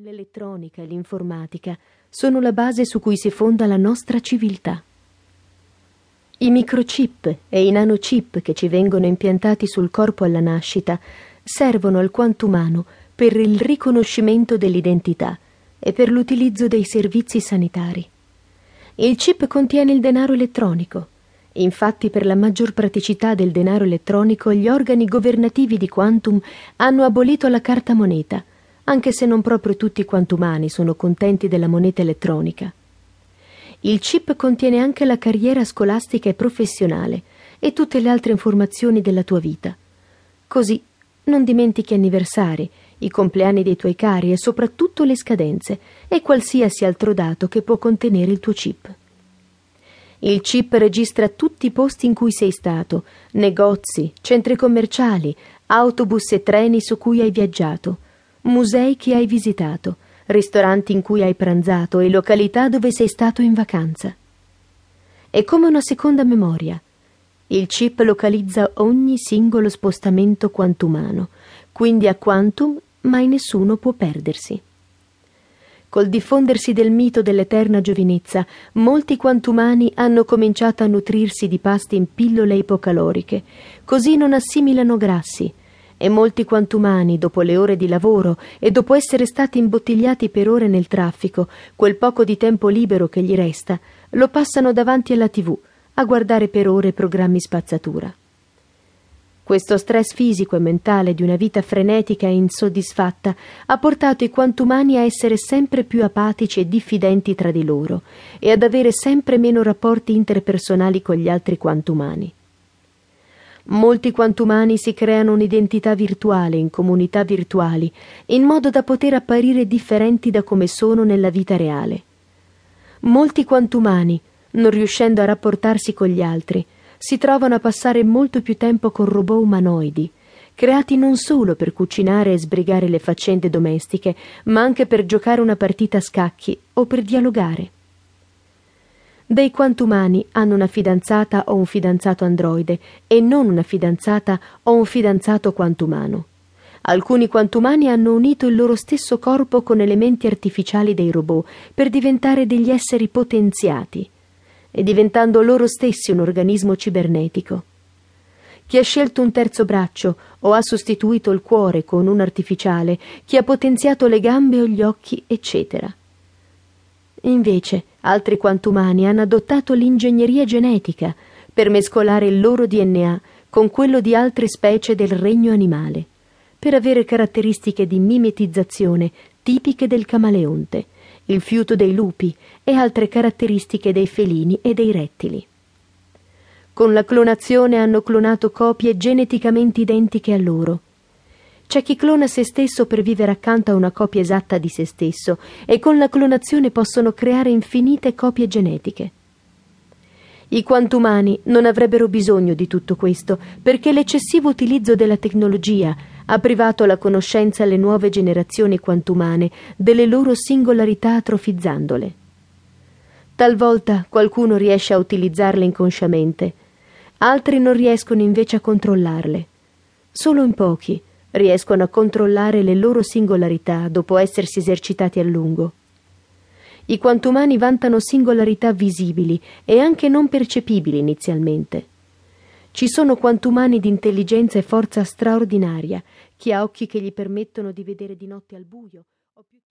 L'elettronica e l'informatica sono la base su cui si fonda la nostra civiltà. I microchip e i nanochip che ci vengono impiantati sul corpo alla nascita servono al quantumano per il riconoscimento dell'identità e per l'utilizzo dei servizi sanitari. Il chip contiene il denaro elettronico. Infatti, per la maggior praticità del denaro elettronico, gli organi governativi di Quantum hanno abolito la carta moneta, anche se non proprio tutti i quantumani sono contenti della moneta elettronica. Il chip contiene anche la carriera scolastica e professionale e tutte le altre informazioni della tua vita. Così non dimentichi anniversari, i compleanni dei tuoi cari e soprattutto le scadenze e qualsiasi altro dato che può contenere il tuo chip. Il chip registra tutti i posti in cui sei stato, negozi, centri commerciali, autobus e treni su cui hai viaggiato, musei che hai visitato, ristoranti in cui hai pranzato e località dove sei stato in vacanza. È come una seconda memoria. Il chip localizza ogni singolo spostamento quantumano, quindi a Quantum mai nessuno può perdersi. Col diffondersi del mito dell'eterna giovinezza, molti quantumani hanno cominciato a nutrirsi di pasti in pillole ipocaloriche, così non assimilano grassi, e molti quantumani, dopo le ore di lavoro e dopo essere stati imbottigliati per ore nel traffico, quel poco di tempo libero che gli resta, lo passano davanti alla TV a guardare per ore programmi spazzatura. Questo stress fisico e mentale di una vita frenetica e insoddisfatta ha portato i quantumani a essere sempre più apatici e diffidenti tra di loro e ad avere sempre meno rapporti interpersonali con gli altri quantumani. Molti quantumani si creano un'identità virtuale in comunità virtuali, in modo da poter apparire differenti da come sono nella vita reale. Molti quantumani, non riuscendo a rapportarsi con gli altri, si trovano a passare molto più tempo con robot umanoidi, creati non solo per cucinare e sbrigare le faccende domestiche, ma anche per giocare una partita a scacchi o per dialogare. Dei quantumani hanno una fidanzata o un fidanzato androide e non una fidanzata o un fidanzato quantumano. Alcuni quantumani hanno unito il loro stesso corpo con elementi artificiali dei robot per diventare degli esseri potenziati e diventando loro stessi un organismo cibernetico. Chi ha scelto un terzo braccio o ha sostituito il cuore con un artificiale, chi ha potenziato le gambe o gli occhi, eccetera. Invece, altri quantumani hanno adottato l'ingegneria genetica per mescolare il loro DNA con quello di altre specie del regno animale, per avere caratteristiche di mimetizzazione tipiche del camaleonte, il fiuto dei lupi e altre caratteristiche dei felini e dei rettili. Con la clonazione hanno clonato copie geneticamente identiche a loro. C'è chi clona se stesso per vivere accanto a una copia esatta di se stesso e con la clonazione possono creare infinite copie genetiche. I quantumani non avrebbero bisogno di tutto questo perché l'eccessivo utilizzo della tecnologia ha privato la conoscenza alle nuove generazioni quantumane delle loro singolarità atrofizzandole. Talvolta qualcuno riesce a utilizzarle inconsciamente, altri non riescono invece a controllarle. Solo in pochi riescono a controllare le loro singolarità dopo essersi esercitati a lungo. I quantumani vantano singolarità visibili e anche non percepibili inizialmente. Ci sono quantumani di intelligenza e forza straordinaria, chi ha occhi che gli permettono di vedere di notte al buio.